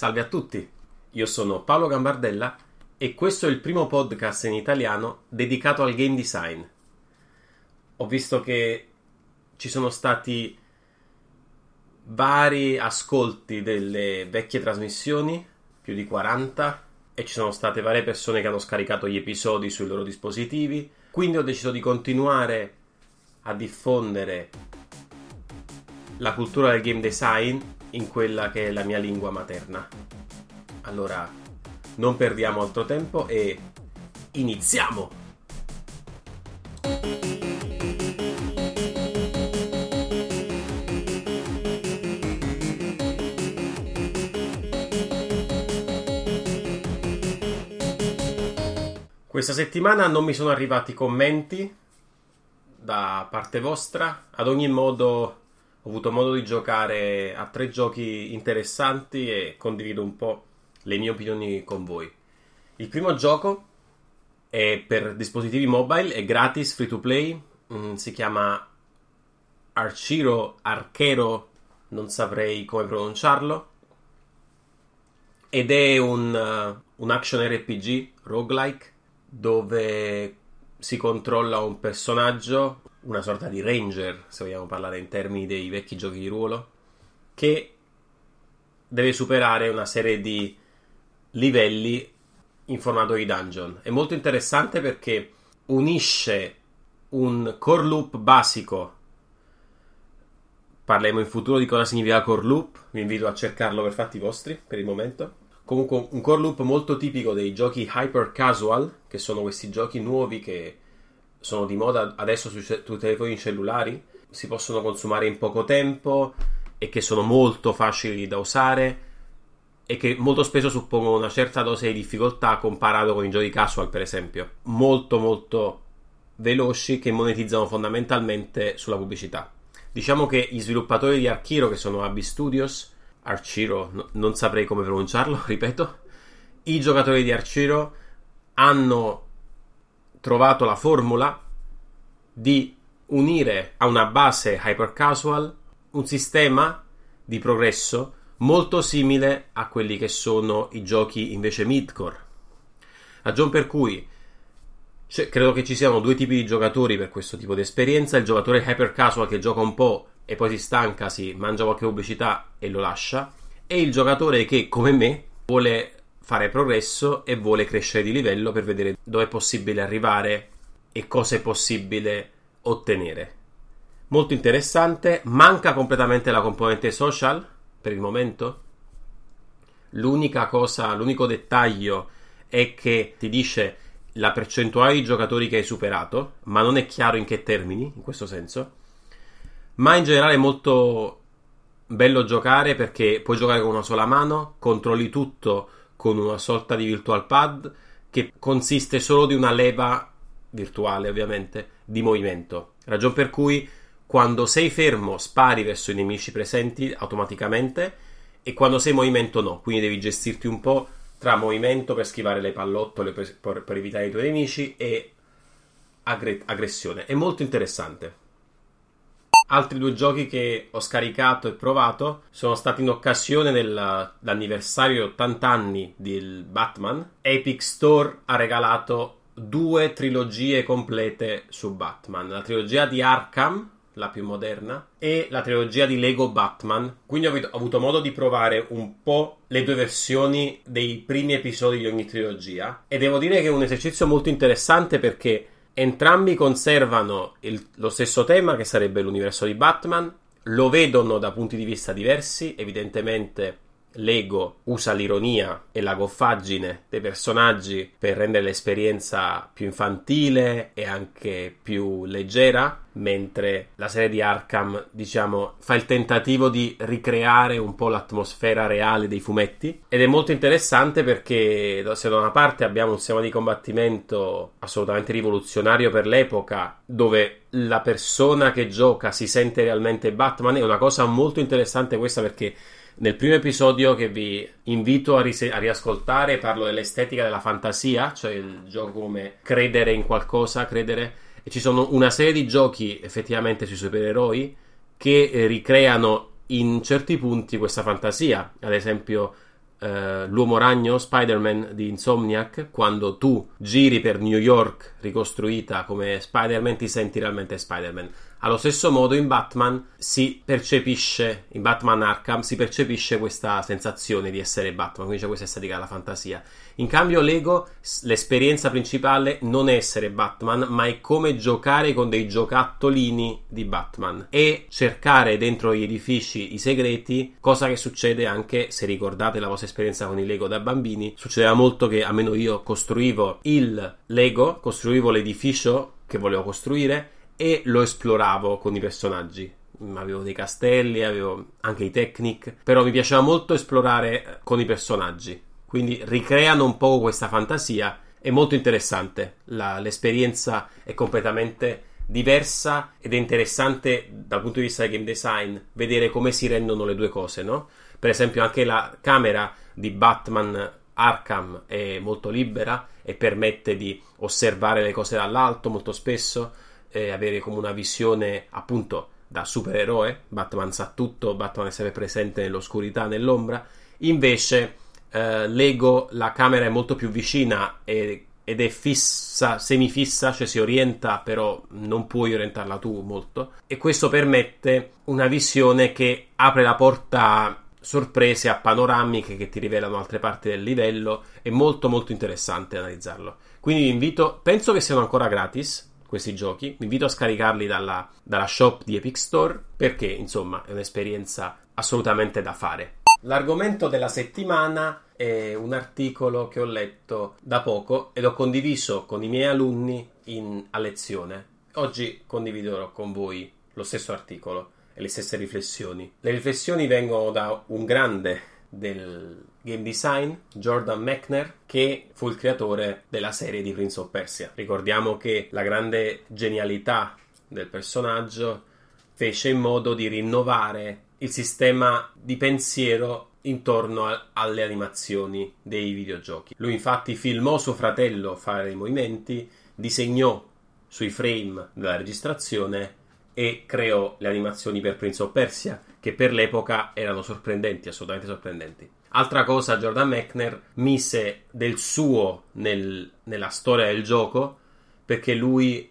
Salve a tutti, io sono Paolo Gambardella e questo è il primo podcast in italiano dedicato al game design. Ho visto che ci sono stati vari ascolti delle vecchie trasmissioni, più di 40, e ci sono state varie persone che hanno scaricato gli episodi sui loro dispositivi, quindi ho deciso di continuare a diffondere la cultura del game design in quella che è la mia lingua materna. Allora, non perdiamo altro tempo e iniziamo! Questa settimana non mi sono arrivati commenti da parte vostra. Ad ogni modo ho avuto modo di giocare a 3 giochi interessanti e condivido un po' le mie opinioni con voi. Il primo gioco è per dispositivi mobile, è gratis, free to play, si chiama Archero, non saprei come pronunciarlo, ed è un action RPG roguelike dove si controlla un personaggio, una sorta di ranger, se vogliamo parlare in termini dei vecchi giochi di ruolo, che deve superare una serie di livelli in formato di dungeon. È molto interessante perché unisce un core loop basico. Parleremo in futuro di cosa significa core loop, vi invito a cercarlo per fatti vostri per il momento. Comunque un core loop molto tipico dei giochi hyper casual, che sono questi giochi nuovi che sono di moda adesso sui telefoni cellulari, si possono consumare in poco tempo e che sono molto facili da usare e che molto spesso suppongono una certa dose di difficoltà comparato con i giochi casual, per esempio, molto veloci, che monetizzano fondamentalmente sulla pubblicità. Diciamo che gli sviluppatori di Archero, che sono AB Studios, non saprei come pronunciarlo, ripeto, i giocatori di Archero hanno trovato la formula di unire a una base hyper casual un sistema di progresso molto simile a quelli che sono i giochi invece midcore. Ragion per cui credo che ci siano 2 tipi di giocatori per questo tipo di esperienza: il giocatore hyper casual che gioca un po' e poi si stanca, si mangia qualche pubblicità e lo lascia, e il giocatore che, come me, vuole fare progresso e vuole crescere di livello per vedere dove è possibile arrivare e cosa è possibile ottenere. Molto interessante. Manca completamente la componente social per il momento. L'unico dettaglio è che ti dice la percentuale di giocatori che hai superato, ma non è chiaro in che termini, in questo senso. Ma in generale è molto bello giocare perché puoi giocare con una sola mano, controlli tutto con una sorta di virtual pad che consiste solo di una leva virtuale, ovviamente, di movimento. Ragion per cui quando sei fermo spari verso i nemici presenti automaticamente, e quando sei in movimento no, quindi devi gestirti un po' tra movimento per schivare le pallottole per evitare i tuoi nemici e aggressione. È molto interessante. Altri 2 giochi che ho scaricato e provato sono stati in occasione dell'anniversario di 80 anni del Batman. Epic Store ha regalato 2 trilogie complete su Batman: la trilogia di Arkham, la più moderna, e la trilogia di Lego Batman. Quindi ho avuto modo di provare un po' le 2 versioni dei primi episodi di ogni trilogia, e devo dire che è un esercizio molto interessante perché entrambi conservano lo stesso tema, che sarebbe l'universo di Batman, lo vedono da punti di vista diversi. Evidentemente Lego usa l'ironia e la goffaggine dei personaggi per rendere l'esperienza più infantile e anche più leggera, mentre la serie di Arkham, diciamo, fa il tentativo di ricreare un po' l'atmosfera reale dei fumetti. Ed è molto interessante perché se da una parte abbiamo un sistema di combattimento assolutamente rivoluzionario per l'epoca, dove la persona che gioca si sente realmente Batman, è una cosa molto interessante questa, perché nel primo episodio, che vi invito a riascoltare, parlo dell'estetica della fantasia, cioè il gioco come credere in qualcosa, e ci sono una serie di giochi effettivamente sui supereroi che ricreano in certi punti questa fantasia. Ad esempio l'Uomo Ragno, Spider-Man di Insomniac, quando tu giri per New York ricostruita come Spider-Man ti senti realmente Spider-Man. Allo stesso modo in Batman in Batman Arkham si percepisce questa sensazione di essere Batman, quindi c'è questa estetica della fantasia. In cambio Lego, l'esperienza principale non è essere Batman, ma è come giocare con dei giocattolini di Batman e cercare dentro gli edifici i segreti, cosa che succede anche, se ricordate la vostra esperienza con i Lego da bambini, succedeva molto che almeno io costruivo l'edificio che volevo costruire e lo esploravo con i personaggi. Avevo dei castelli, avevo anche i Technic, però mi piaceva molto esplorare con i personaggi, quindi ricreano un po' questa fantasia. È molto interessante, l'esperienza è completamente diversa ed è interessante dal punto di vista del game design vedere come si rendono le due cose, no? Per esempio anche la camera di Batman Arkham è molto libera e permette di osservare le cose dall'alto molto spesso, avere come una visione appunto da supereroe. Batman sa tutto, Batman è sempre presente nell'oscurità, nell'ombra. Invece Lego, la camera è molto più vicina ed è fissa, semifissa, cioè si orienta, però non puoi orientarla tu molto, e questo permette una visione che apre la porta a sorprese, a panoramiche che ti rivelano altre parti del livello. È molto molto interessante analizzarlo, quindi vi invito, penso che siano ancora gratis questi giochi, vi invito a scaricarli dalla shop di Epic Store, perché insomma è un'esperienza assolutamente da fare. L'argomento della settimana è un articolo che ho letto da poco ed ho condiviso con i miei alunni a lezione. Oggi condividerò con voi lo stesso articolo e le stesse riflessioni. Le riflessioni vengono da un grande del game design, Jordan Mechner, che fu il creatore della serie di Prince of Persia. Ricordiamo che la grande genialità del personaggio fece in modo di rinnovare il sistema di pensiero intorno alle animazioni dei videogiochi. Lui infatti filmò suo fratello fare i movimenti, disegnò sui frame della registrazione e creò le animazioni per Prince of Persia, che per l'epoca erano sorprendenti, assolutamente sorprendenti. Altra cosa, Jordan Mechner mise del suo nella storia del gioco, perché lui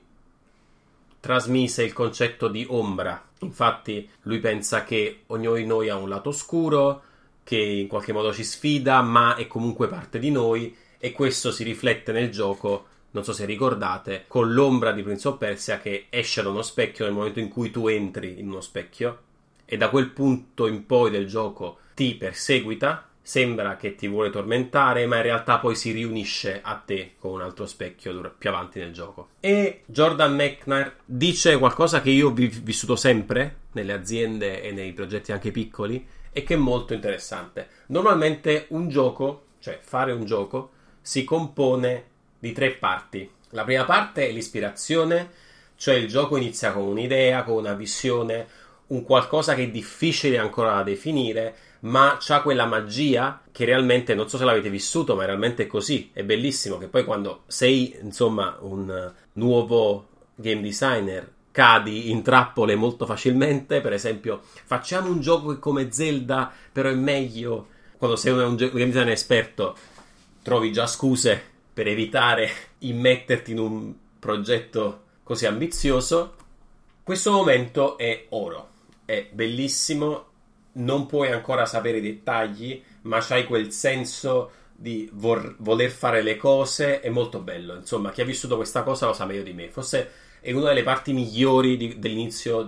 trasmise il concetto di ombra. Infatti lui pensa che ognuno di noi ha un lato oscuro che in qualche modo ci sfida, ma è comunque parte di noi, e questo si riflette nel gioco. Non so se ricordate, con l'ombra di Prince of Persia che esce da uno specchio nel momento in cui tu entri in uno specchio, e da quel punto in poi del gioco ti perseguita, sembra che ti vuole tormentare, ma in realtà poi si riunisce a te con un altro specchio più avanti nel gioco. E Jordan Mechner dice qualcosa che io ho vissuto sempre nelle aziende e nei progetti anche piccoli, e che è molto interessante. Normalmente un gioco, cioè fare un gioco, si compone di 3 parti. La prima parte è l'ispirazione, cioè il gioco inizia con un'idea, con una visione, un qualcosa che è difficile ancora da definire, ma c'ha quella magia che realmente, non so se l'avete vissuto, ma realmente è così. È bellissimo che poi quando sei insomma un nuovo game designer cadi in trappole molto facilmente. Per esempio, facciamo un gioco che come Zelda però è meglio. Quando sei un game designer esperto trovi già scuse per evitare immetterti in un progetto così ambizioso. Questo momento è oro, è bellissimo, non puoi ancora sapere i dettagli, ma c'hai quel senso di voler fare le cose, è molto bello. Insomma, chi ha vissuto questa cosa lo sa meglio di me. Forse è una delle parti migliori dell'inizio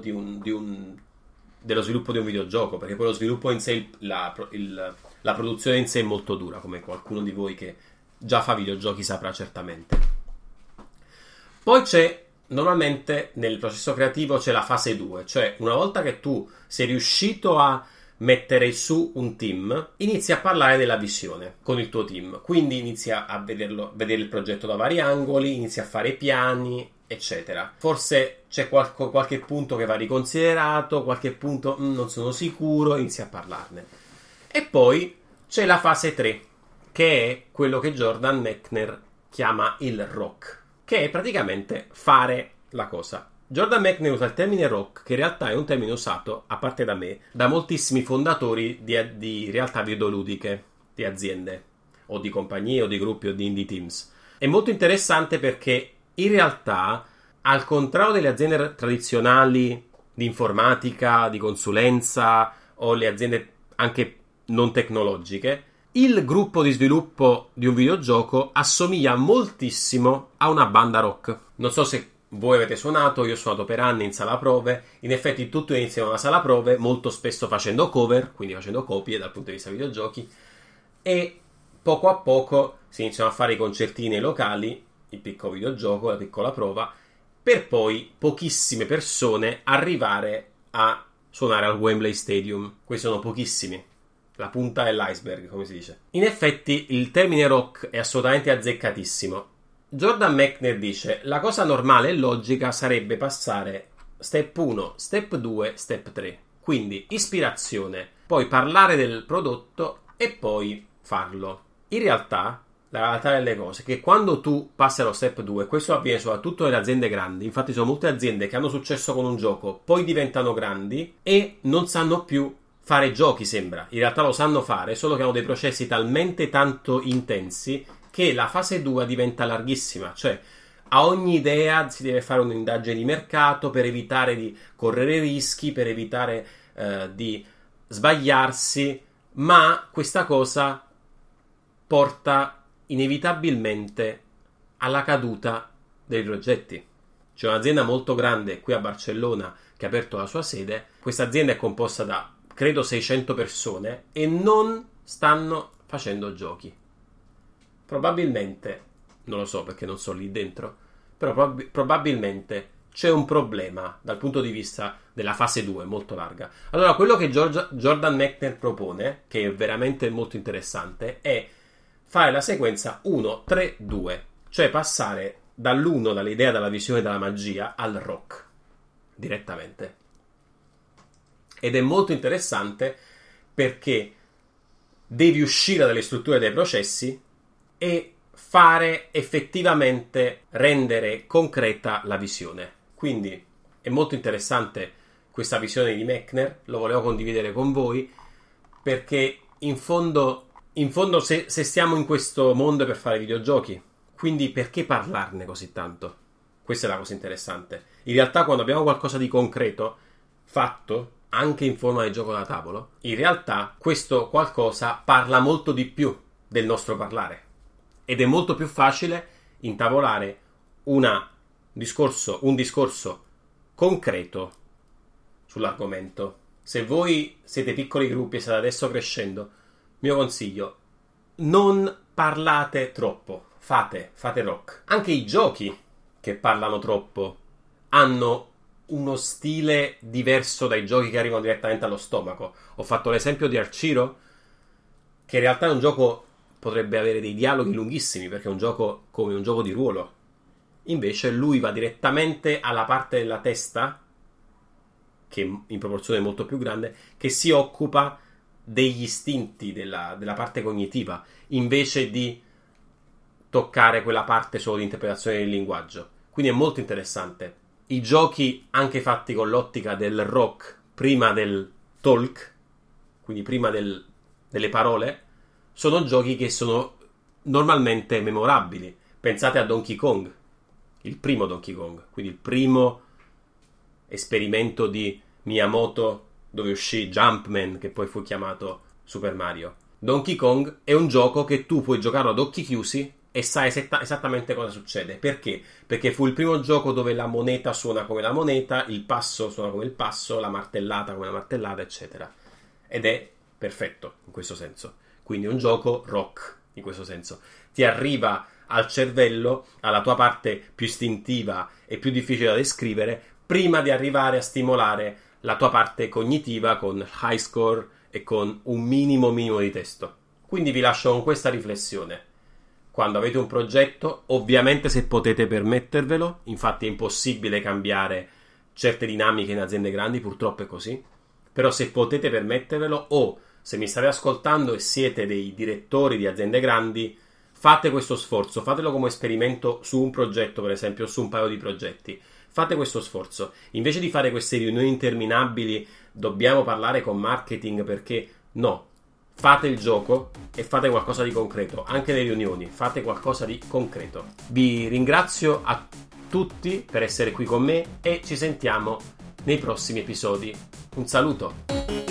dello sviluppo di un videogioco, perché poi lo sviluppo in sé, la produzione in sé è molto dura, come qualcuno di voi che già fa videogiochi saprà certamente. Poi normalmente nel processo creativo c'è la fase 2, cioè una volta che tu sei riuscito a mettere su un team, inizi a parlare della visione con il tuo team, quindi inizi a vedere il progetto da vari angoli, inizi a fare piani, eccetera. Forse c'è qualche punto che va riconsiderato, qualche punto non sono sicuro, inizi a parlarne. E poi c'è la fase 3, che è quello che Jordan Mechner chiama il rock, che è praticamente fare la cosa. Jordan Mechner usa il termine rock, che in realtà è un termine usato, a parte da me, da moltissimi fondatori di realtà videoludiche. di aziende o di compagnie o di gruppi o di indie teams. È molto interessante perché in realtà, al contrario delle aziende tradizionali di informatica, di consulenza o le aziende anche non tecnologiche, il gruppo di sviluppo di un videogioco assomiglia moltissimo a una banda rock. Non so se voi avete suonato, io ho suonato per anni in sala prove. In effetti tutto inizia in una sala prove, molto spesso facendo cover, quindi facendo copie dal punto di vista videogiochi, e poco a poco si iniziano a fare i concertini nei locali, il piccolo videogioco, la piccola prova, per poi pochissime persone arrivare a suonare al Wembley Stadium. Questi sono pochissimi, la punta dell'iceberg, come si dice. In effetti il termine rock è assolutamente azzeccatissimo. Jordan Mechner dice: la cosa normale e logica sarebbe passare step 1, step 2, step 3. Quindi ispirazione, poi parlare del prodotto e poi farlo. In realtà, la realtà delle cose è che quando tu passi allo step 2, questo avviene soprattutto nelle aziende grandi. Infatti sono molte aziende che hanno successo con un gioco, poi diventano grandi e non sanno più fare giochi, sembra. In realtà lo sanno fare, solo che hanno dei processi talmente tanto intensi che la fase 2 diventa larghissima. Cioè, a ogni idea si deve fare un'indagine di mercato per evitare di correre rischi, per evitare di sbagliarsi, ma questa cosa porta inevitabilmente alla caduta dei progetti. C'è un'azienda molto grande qui a Barcellona che ha aperto la sua sede. Questa azienda è composta da credo 600 persone e non stanno facendo giochi. Probabilmente, non lo so perché non sono lì dentro, però probabilmente c'è un problema dal punto di vista della fase 2 molto larga. Allora, quello che Jordan Mechner propone, che è veramente molto interessante, è fare la sequenza 1, 3, 2, cioè passare dall'1, dall'idea, dalla visione, dalla magia, al rock, direttamente. Ed è molto interessante perché devi uscire dalle strutture dei processi e fare effettivamente rendere concreta la visione. Quindi è molto interessante questa visione di Mechner, lo volevo condividere con voi perché in fondo se stiamo in questo mondo è per fare videogiochi, quindi perché parlarne così tanto? Questa è la cosa interessante. In realtà quando abbiamo qualcosa di concreto fatto, anche in forma di gioco da tavolo, in realtà questo qualcosa parla molto di più del nostro parlare ed è molto più facile intavolare un discorso concreto sull'argomento. Se voi siete piccoli gruppi e state adesso crescendo, mio consiglio: non parlate troppo, fate rock. Anche i giochi che parlano troppo hanno uno stile diverso dai giochi che arrivano direttamente allo stomaco. Ho fatto l'esempio di Archiro, che in realtà è un gioco potrebbe avere dei dialoghi lunghissimi perché è un gioco come un gioco di ruolo. Invece lui va direttamente alla parte della testa, che in proporzione è molto più grande, che si occupa degli istinti della parte cognitiva, invece di toccare quella parte solo di interpretazione del linguaggio. Quindi è molto interessante. I giochi anche fatti con l'ottica del rock prima del talk, quindi prima delle parole, sono giochi che sono normalmente memorabili. Pensate a Donkey Kong, il primo Donkey Kong, quindi il primo esperimento di Miyamoto dove uscì Jumpman, che poi fu chiamato Super Mario. Donkey Kong è un gioco che tu puoi giocarlo ad occhi chiusi e sai esattamente cosa succede. Perché? Perché fu il primo gioco dove la moneta suona come la moneta, il passo suona come il passo, la martellata come la martellata, eccetera. Ed è perfetto in questo senso. Quindi è un gioco rock in questo senso. Ti arriva al cervello, alla tua parte più istintiva e più difficile da descrivere, prima di arrivare a stimolare la tua parte cognitiva con high score e con un minimo di testo. Quindi vi lascio con questa riflessione. Quando avete un progetto, ovviamente se potete permettervelo, infatti è impossibile cambiare certe dinamiche in aziende grandi, purtroppo è così, però se potete permettervelo, o se mi state ascoltando e siete dei direttori di aziende grandi, fate questo sforzo, fatelo come esperimento su un progetto, per esempio, su un paio di progetti. Fate questo sforzo. Invece di fare queste riunioni interminabili, dobbiamo parlare con marketing perché no. fate il gioco e fate qualcosa di concreto. Anche nelle riunioni, fate qualcosa di concreto. Vi ringrazio a tutti per essere qui con me e ci sentiamo nei prossimi episodi. Un saluto!